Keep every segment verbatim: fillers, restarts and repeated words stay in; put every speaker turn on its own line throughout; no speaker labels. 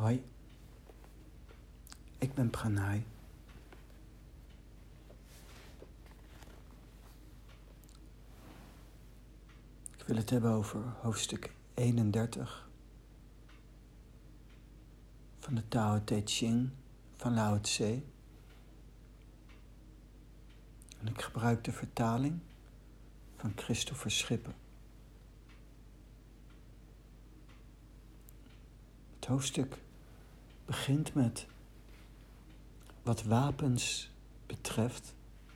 Hoi, ik ben Pranay. Ik wil het hebben over hoofdstuk eenendertig van de Tao Te Ching van Lao Tse. En ik gebruik de vertaling van Christopher Schipper. Het hoofdstuk begint met wat wapens betreft.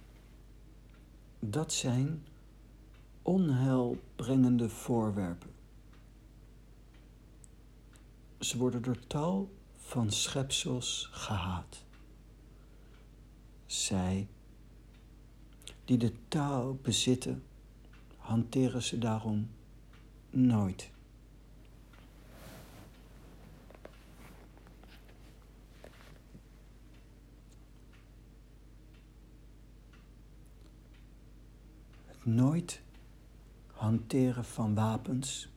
Dat zijn onheilbrengende voorwerpen. Ze worden door tal van schepsels gehaat. Zij die de Tao bezitten, hanteren ze daarom nooit. Het nooit hanteren van wapens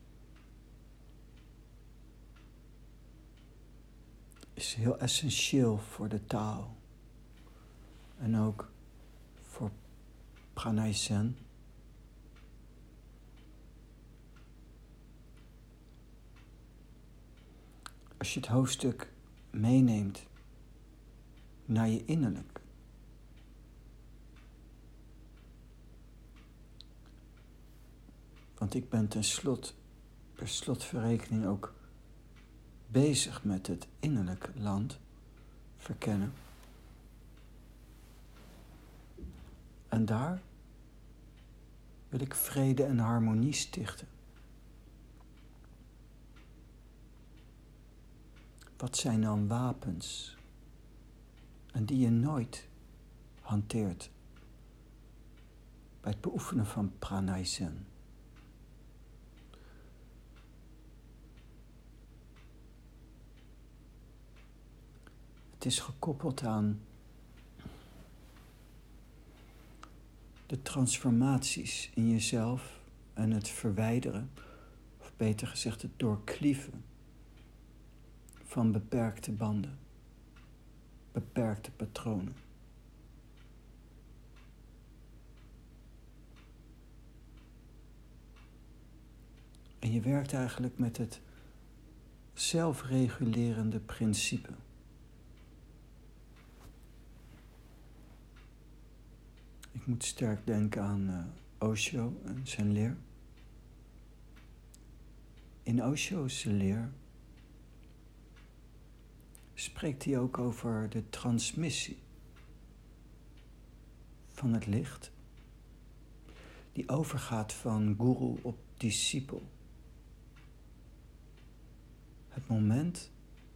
is heel essentieel voor de Tao en ook voor Pranay Sen. Als je het hoofdstuk meeneemt naar je innerlijk, want ik ben ten slot, per slotverrekening ook bezig met het innerlijk land verkennen. En daar wil ik vrede en harmonie stichten. Wat zijn dan wapens? En die je nooit hanteert bij het beoefenen van Pranay Sen. Het is gekoppeld aan de transformaties in jezelf en het verwijderen, of beter gezegd het doorklieven van beperkte banden, beperkte patronen. En je werkt eigenlijk met het zelfregulerende principe. Ik moet sterk denken aan uh, Osho en zijn leer. In Osho's leer spreekt hij ook over de transmissie van het licht, die overgaat van guru op discipel. Het moment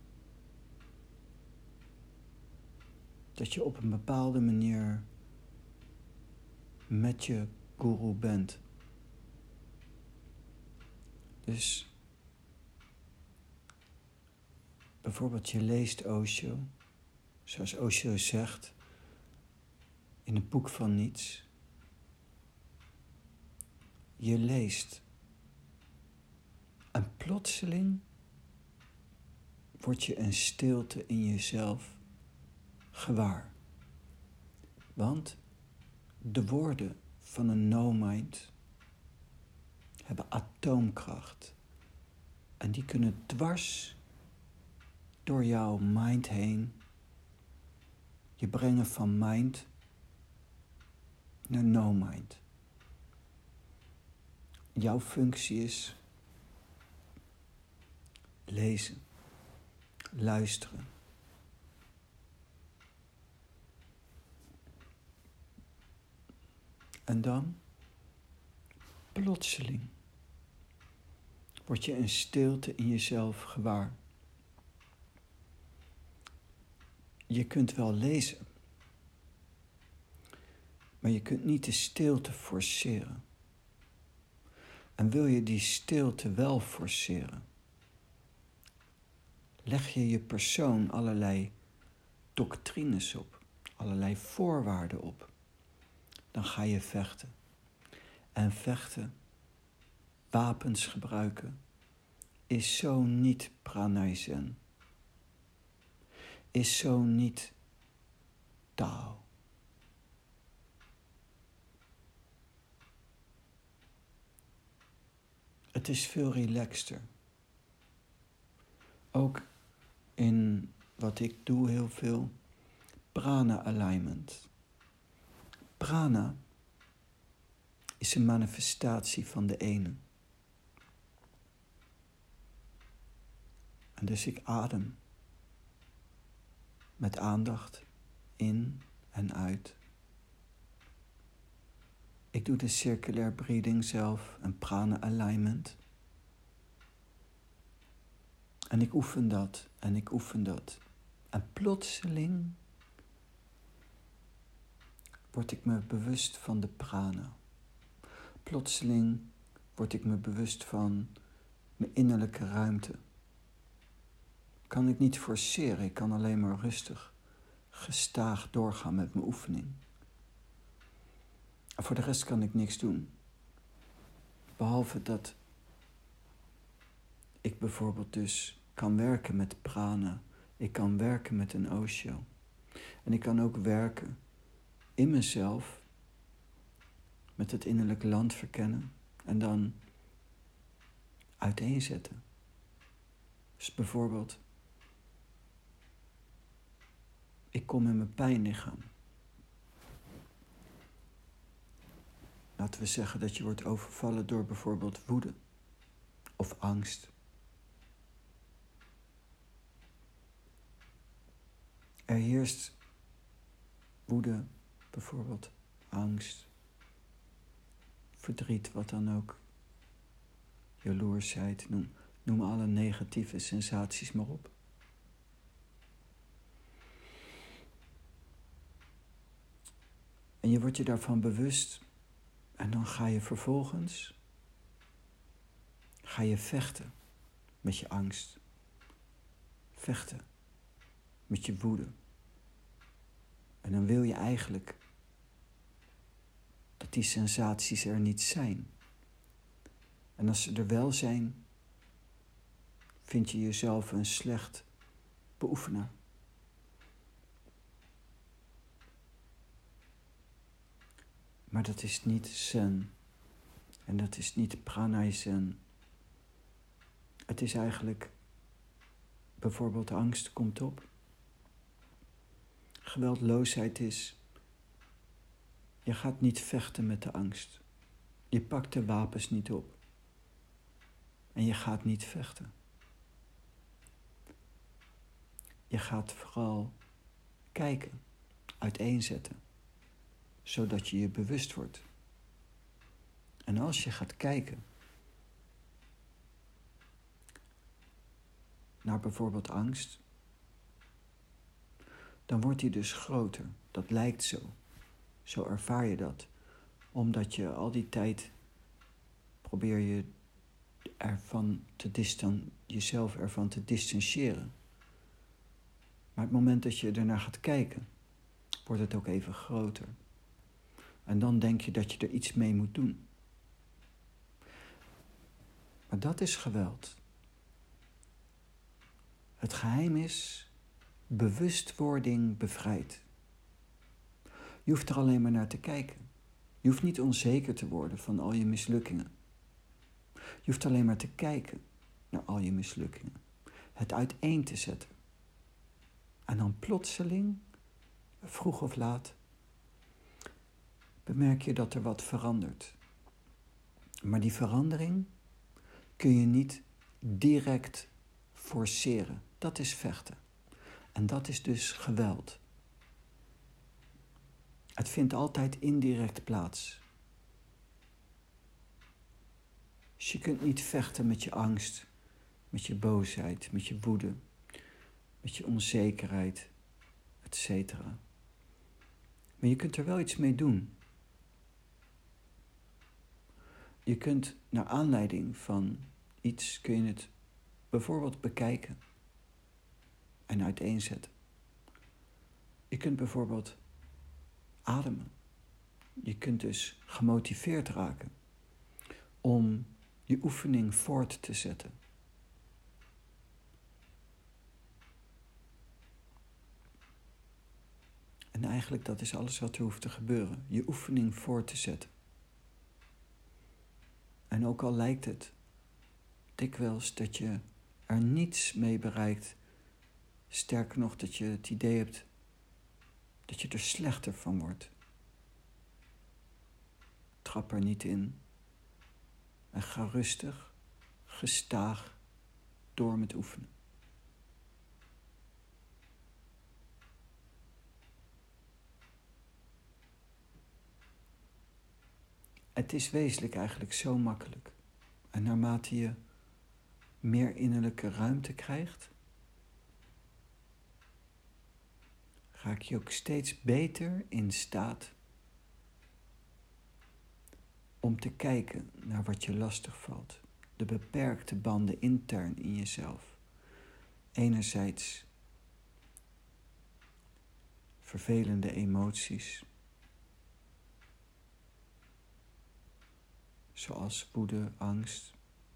dat je op een bepaalde manier met je guru bent. Dus bijvoorbeeld je leest Osho, zoals Osho zegt in het boek van niets. Je leest en plotseling word je een stilte in jezelf gewaar. Want de woorden van een no-mind hebben atoomkracht. En die kunnen dwars door jouw mind heen je brengen van mind naar no-mind. Jouw functie is lezen, luisteren. En dan, plotseling, word je een stilte in jezelf gewaar. Je kunt wel lezen, maar je kunt niet de stilte forceren. En wil je die stilte wel forceren, leg je je persoon allerlei doctrines op, allerlei voorwaarden op. Dan ga je vechten. En vechten, wapens gebruiken, is zo niet Pranay Sen. is zo niet Tao. Het is veel relaxter. Ook in wat ik doe heel veel, prana alignment. Prana is een manifestatie van de ene. En dus ik adem met aandacht in en uit. Ik doe de circulair breathing zelf en prana alignment. En ik oefen dat en ik oefen dat. En plotseling word ik me bewust van de prana. Plotseling word ik me bewust van mijn innerlijke ruimte. Kan ik niet forceren, ik kan alleen maar rustig, gestaag doorgaan met mijn oefening. En voor de rest kan ik niks doen. Behalve dat ik bijvoorbeeld dus kan werken met prana. Ik kan werken met een Osho. En ik kan ook werken in mezelf met het innerlijke land verkennen en dan uiteenzetten. Dus bijvoorbeeld, ik kom in mijn pijnlichaam. Laten we zeggen dat je wordt overvallen door bijvoorbeeld woede of angst. Er heerst woede, bijvoorbeeld angst, verdriet, wat dan ook, jaloersheid, noem, noem alle negatieve sensaties maar op. En je wordt je daarvan bewust en dan ga je vervolgens, ga je vechten met je angst, vechten met je woede. En dan wil je eigenlijk dat die sensaties er niet zijn. En als ze er wel zijn, vind je jezelf een slecht beoefenaar. Maar dat is niet zen. En dat is niet pranay zen. Het is eigenlijk, bijvoorbeeld angst komt op. Geweldloosheid is, je gaat niet vechten met de angst. Je pakt de wapens niet op. En je gaat niet vechten. Je gaat vooral kijken, uiteenzetten, zodat je je bewust wordt. En als je gaat kijken naar bijvoorbeeld angst, dan wordt die dus groter. Dat lijkt zo. Zo ervaar je dat. Omdat je al die tijd probeer je ervan te distan- jezelf ervan te distancieren. Maar het moment dat je ernaar gaat kijken, wordt het ook even groter. En dan denk je dat je er iets mee moet doen. Maar dat is geweld. Het geheim is bewustwording bevrijd. Je hoeft er alleen maar naar te kijken. Je hoeft niet onzeker te worden van al je mislukkingen. Je hoeft alleen maar te kijken naar al je mislukkingen. Het uiteen te zetten. En dan plotseling, vroeg of laat, bemerk je dat er wat verandert. Maar die verandering kun je niet direct forceren. Dat is vechten. En dat is dus geweld. Het vindt altijd indirect plaats. Dus je kunt niet vechten met je angst, met je boosheid, met je woede, met je onzekerheid, et cetera. Maar je kunt er wel iets mee doen. Je kunt naar aanleiding van iets, kun je het bijvoorbeeld bekijken en uiteenzetten. Je kunt bijvoorbeeld ademen. Je kunt dus gemotiveerd raken om je oefening voort te zetten. eigenlijk dat is alles wat er hoeft te gebeuren. Je oefening voor te zetten. En ook al lijkt het dikwijls dat je er niets mee bereikt, sterker nog dat je het idee hebt dat je er slechter van wordt. Trap er niet in en ga rustig, gestaag door met oefenen. Het is wezenlijk eigenlijk zo makkelijk. En naarmate je meer innerlijke ruimte krijgt, raak je ook steeds beter in staat om te kijken naar wat je lastig valt. De beperkte banden intern in jezelf. Enerzijds vervelende emoties, zoals woede, angst.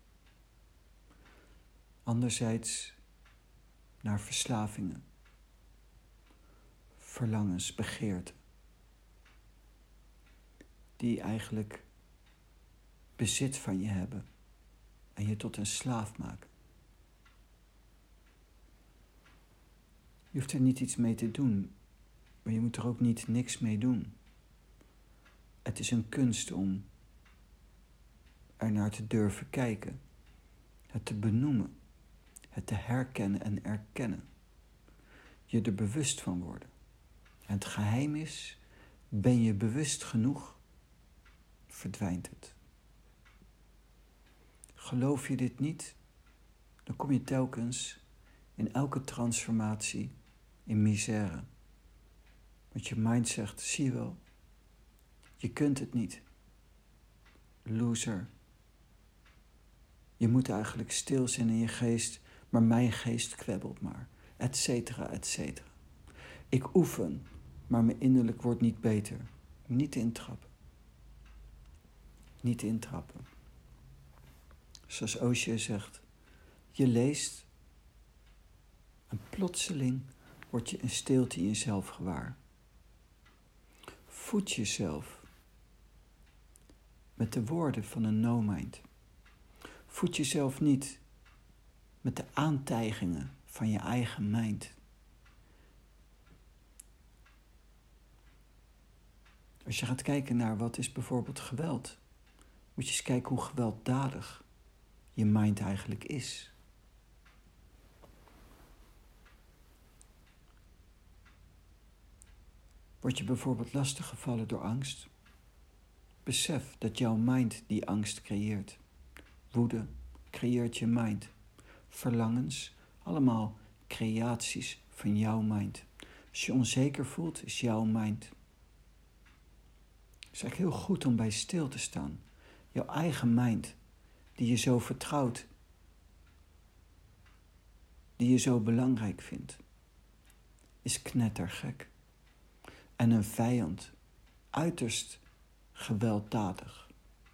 Anderzijds naar verslavingen, verlangens, begeerten, die eigenlijk bezit van je hebben en je tot een slaaf maken. Je hoeft er niet iets mee te doen, maar je moet er ook niet niks mee doen. Het is een kunst om er naar te durven kijken, het te benoemen, het te herkennen en erkennen. Je er bewust van worden. En het geheim is, ben je bewust genoeg, verdwijnt het. Geloof je dit niet, dan kom je telkens in elke transformatie in misère. Want je mind zegt, zie je wel, je kunt het niet. Loser. Je moet eigenlijk stil zijn in je geest, maar mijn geest kwebbelt maar. Etcetera, etcetera. Ik oefen, maar mijn innerlijk wordt niet beter. Niet intrappen. Niet intrappen. Zoals Osho zegt, je leest en plotseling word je een stilte in jezelf gewaar. Voed jezelf met de woorden van een no-mind. Voed jezelf niet met de aantijgingen van je eigen mind. Als je gaat kijken naar wat is bijvoorbeeld geweld, moet je eens kijken hoe gewelddadig je mind eigenlijk is. Word je bijvoorbeeld lastiggevallen door angst? Besef dat jouw mind die angst creëert. Woede creëert je mind. Verlangens, allemaal creaties van jouw mind. Als je onzeker voelt, is jouw mind. Het is eigenlijk heel goed om bij stil te staan. Jouw eigen mind, die je zo vertrouwt, die je zo belangrijk vindt, is knettergek. En een vijand, uiterst gewelddadig.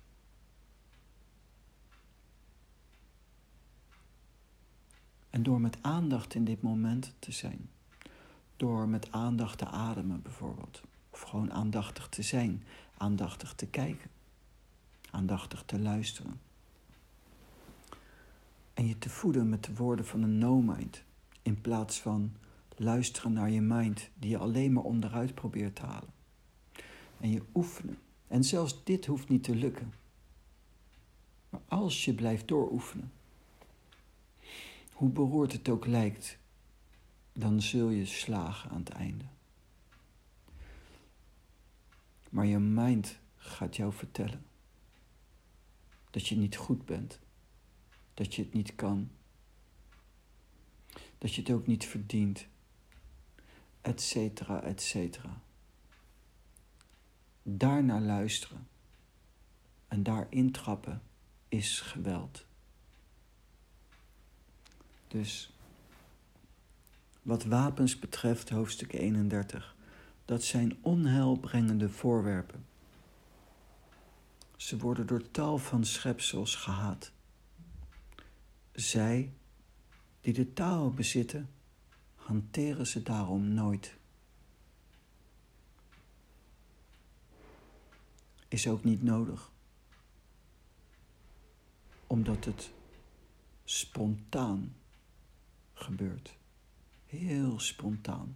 En door met aandacht in dit moment te zijn, door met aandacht te ademen bijvoorbeeld, of gewoon aandachtig te zijn, aandachtig te kijken, aandachtig te luisteren. En je te voeden met de woorden van een no-mind, in plaats van luisteren naar je mind, die je alleen maar onderuit probeert te halen. En je oefenen. En zelfs dit hoeft niet te lukken. Maar als je blijft dooroefenen, hoe beroerd het ook lijkt, dan zul je slagen aan het einde. Maar je mind gaat jou vertellen dat je niet goed bent, dat je het niet kan, dat je het ook niet verdient, etcetera, etcetera. Daarnaar luisteren en daarin trappen is geweld. Dus wat wapens betreft, hoofdstuk eenendertig, dat zijn onheilbrengende voorwerpen. Ze worden door tal van schepsels gehaat. Zij die de taal bezitten, hanteren ze daarom nooit. is ook niet nodig. Omdat het spontaan gebeurt. Heel spontaan.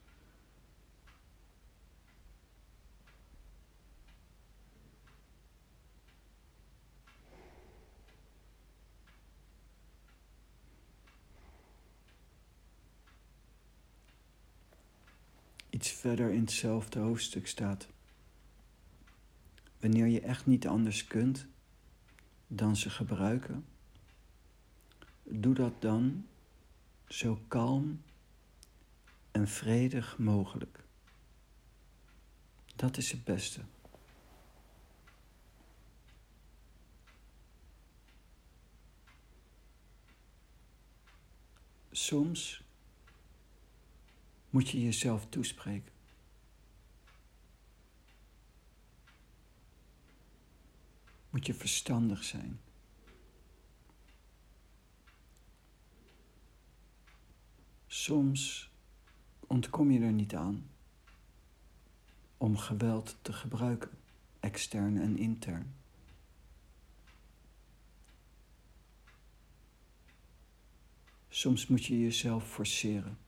Iets verder in hetzelfde hoofdstuk staat: wanneer je echt niet anders kunt dan ze gebruiken, doe dat dan zo kalm en vredig mogelijk. Dat is het beste. Soms moet je jezelf toespreken. Moet je verstandig zijn. Soms ontkom je er niet aan om geweld te gebruiken, extern en intern. Soms moet je jezelf forceren.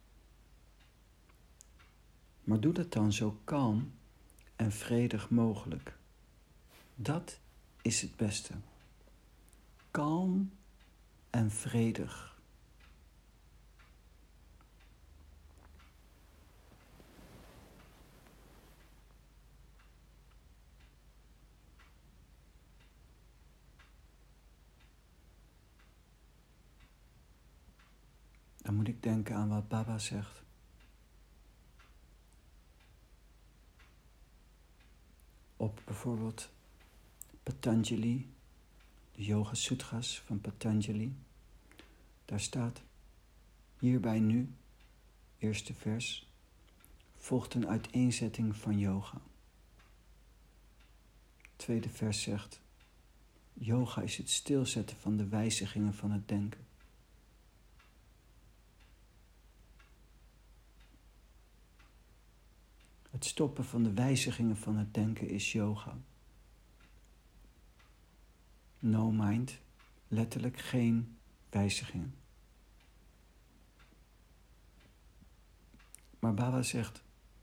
Maar doe dat dan zo kalm en vredig mogelijk. Dat is het beste. Kalm en vredig. Dan moet ik denken aan wat Baba zegt. Op bijvoorbeeld Patanjali, de Yoga Sutras van Patanjali. Daar staat: hierbij nu, eerste vers, volgt een uiteenzetting van yoga. Tweede vers zegt: yoga is het stilzetten van de wijzigingen van het denken. Het stoppen van de wijzigingen van het denken is yoga. No mind, letterlijk geen wijzigingen. Maar Baba zegt: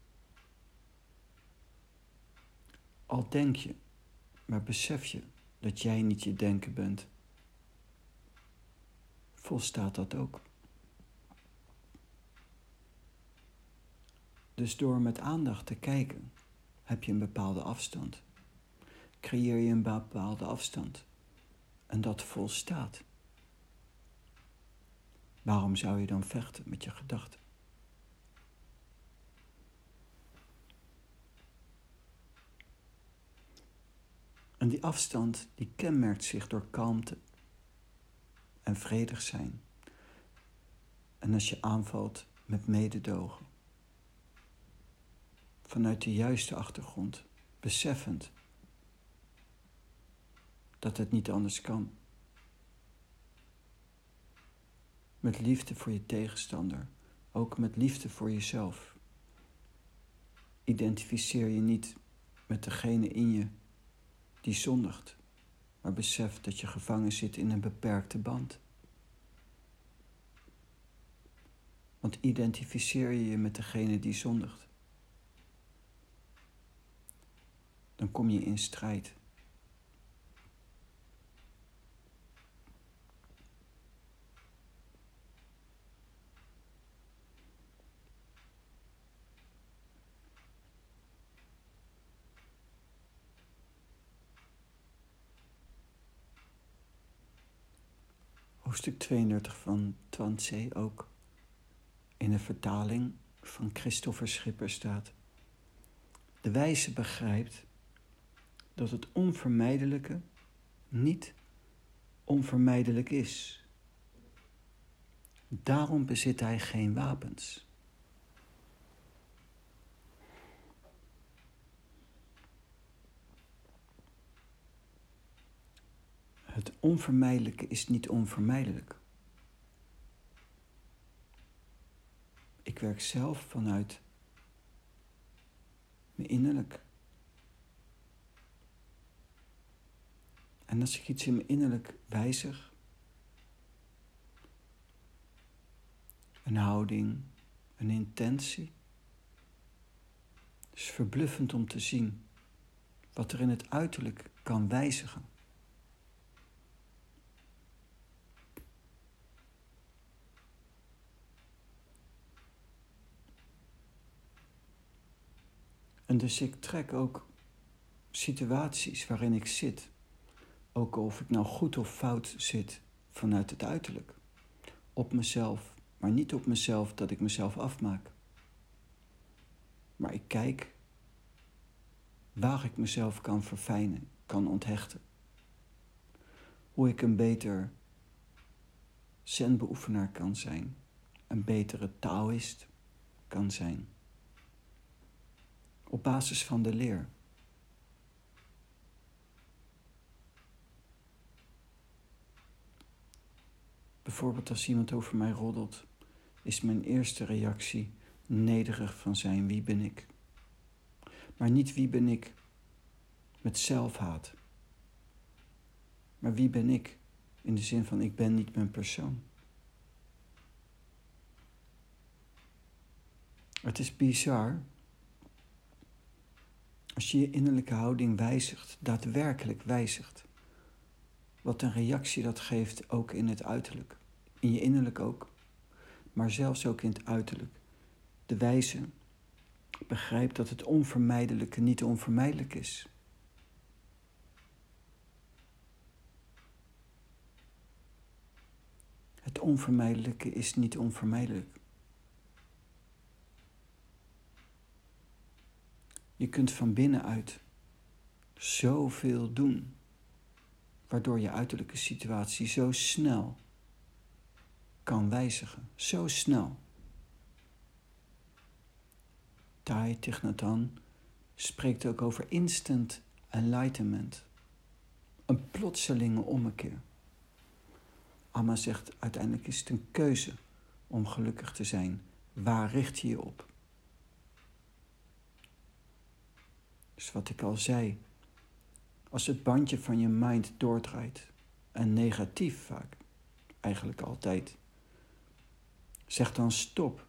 al denk je, maar besef je dat jij niet je denken bent, volstaat dat ook. Dus door met aandacht te kijken, heb je een bepaalde afstand. Creëer je een bepaalde afstand. En dat volstaat. Waarom zou je dan vechten met je gedachten? En die afstand, die kenmerkt zich door kalmte en vredig zijn. En als je aanvalt met mededogen. Vanuit de juiste achtergrond, beseffend dat het niet anders kan. Met liefde voor je tegenstander, ook met liefde voor jezelf. Identificeer je niet met degene in je die zondigt, maar besef dat je gevangen zit in een beperkte band. Want identificeer je je met degene die zondigt, dan kom je in strijd. Hoofdstuk tweeëndertig van Tuanzee ook in een vertaling van Christopher Schipper staat: de wijze begrijpt dat het onvermijdelijke niet onvermijdelijk is. Daarom bezit hij geen wapens. Het onvermijdelijke is niet onvermijdelijk. Ik werk zelf vanuit mijn innerlijk. En als ik iets in me innerlijk wijzig, een houding, een intentie, het is verbluffend om te zien wat er in het uiterlijk kan wijzigen. En dus ik trek ook situaties waarin ik zit, ook of ik nou goed of fout zit, vanuit het uiterlijk, op mezelf, maar niet op mezelf dat ik mezelf afmaak. Maar ik kijk waar ik mezelf kan verfijnen, kan onthechten. Hoe ik een beter zenbeoefenaar kan zijn, een betere Taoïst kan zijn. Op basis van de leer. Bijvoorbeeld als iemand over mij roddelt, is mijn eerste reactie nederig van zijn, wie ben ik? Maar niet wie ben ik met zelfhaat. Maar wie ben ik in de zin van ik ben niet mijn persoon. Het is bizar als je je innerlijke houding wijzigt, daadwerkelijk wijzigt. Wat een reactie dat geeft ook in het uiterlijk. In je innerlijk ook, maar zelfs ook in het uiterlijk. De wijze begrijpt dat het onvermijdelijke niet onvermijdelijk is. Het onvermijdelijke is niet onvermijdelijk. Je kunt van binnenuit zoveel doen, waardoor je uiterlijke situatie zo snel kan wijzigen. Zo snel. Thich Nhat Hanh spreekt ook over instant enlightenment. Een plotselinge ommekeer. Amma zegt, uiteindelijk is het een keuze om gelukkig te zijn. Waar richt je je op? Dus wat ik al zei, als het bandje van je mind doordraait, en negatief vaak, eigenlijk altijd, zeg dan stop.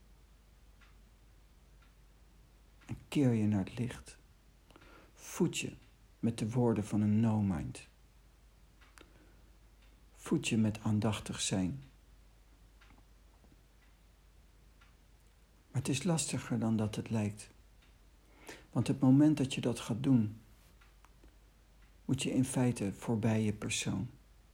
En keer je naar het licht. Voed je met de woorden van een no-mind. Voed je met aandachtig zijn. Maar het is lastiger dan dat het lijkt. Want het moment dat je dat gaat doen, moet je in feite voorbij je persoon.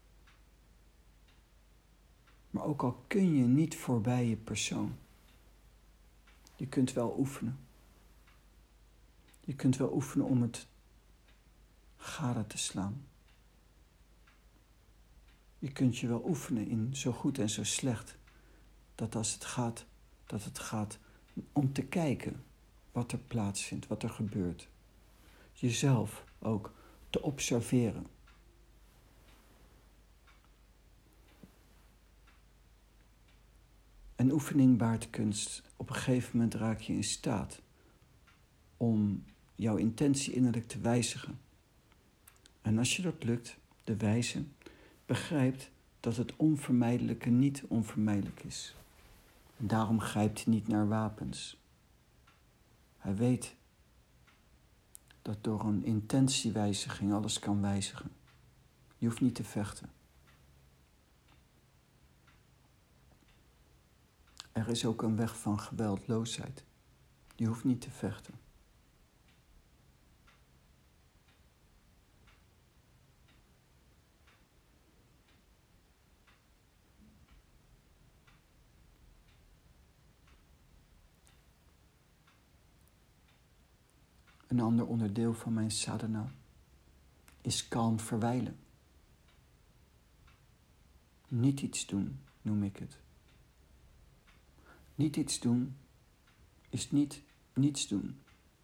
Maar ook al kun je niet voorbij je persoon, je kunt wel oefenen. Je kunt wel oefenen om het gade te slaan. Je kunt je wel oefenen in zo goed en zo slecht, dat als het gaat, dat het gaat om te kijken wat er plaatsvindt, wat er gebeurt. Jezelf ook te observeren. Een oefening baart kunst. Op een gegeven moment raak je in staat om jouw intentie innerlijk te wijzigen. En als je dat lukt, de wijze begrijpt dat het onvermijdelijke niet onvermijdelijk is. En daarom grijpt hij niet naar wapens. Hij weet dat door een intentiewijziging alles kan wijzigen. Je hoeft niet te vechten. Er is ook een weg van geweldloosheid. Je hoeft niet te vechten. Een ander onderdeel van mijn sadhana is kalm verwijlen. Niet iets doen, noem ik het. Niet iets doen is niet niets doen.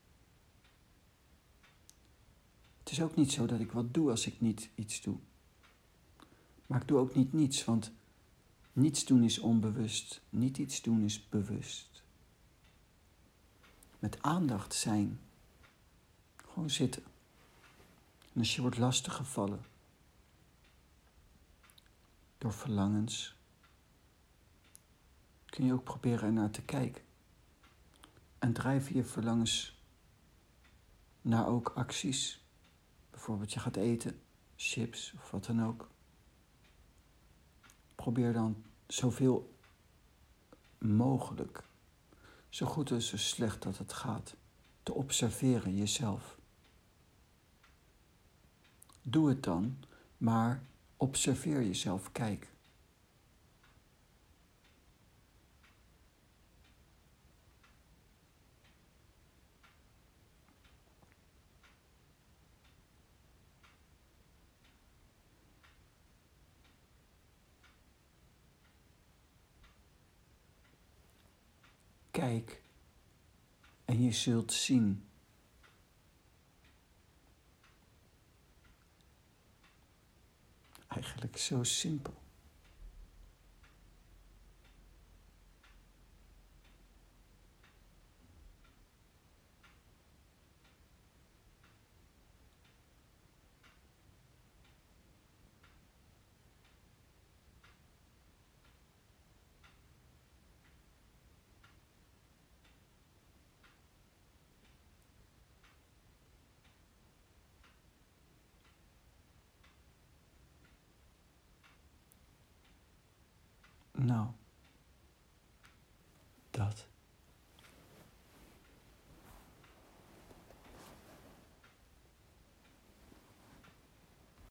Het is ook niet zo dat ik wat doe als ik niet iets doe. Maar ik doe ook niet niets, want niets doen is onbewust. Niet iets doen is bewust. Met aandacht zijn. Gewoon zitten. En als je wordt lastiggevallen, door verlangens, kun je ook proberen ernaar te kijken. En drijven je verlangens naar ook acties. Bijvoorbeeld je gaat eten, chips of wat dan ook. Probeer dan zoveel mogelijk, zo goed en zo slecht dat het gaat, te observeren jezelf. Doe het dan, maar observeer jezelf, kijk. Kijk en je zult zien. Eigenlijk zo simpel. Nou,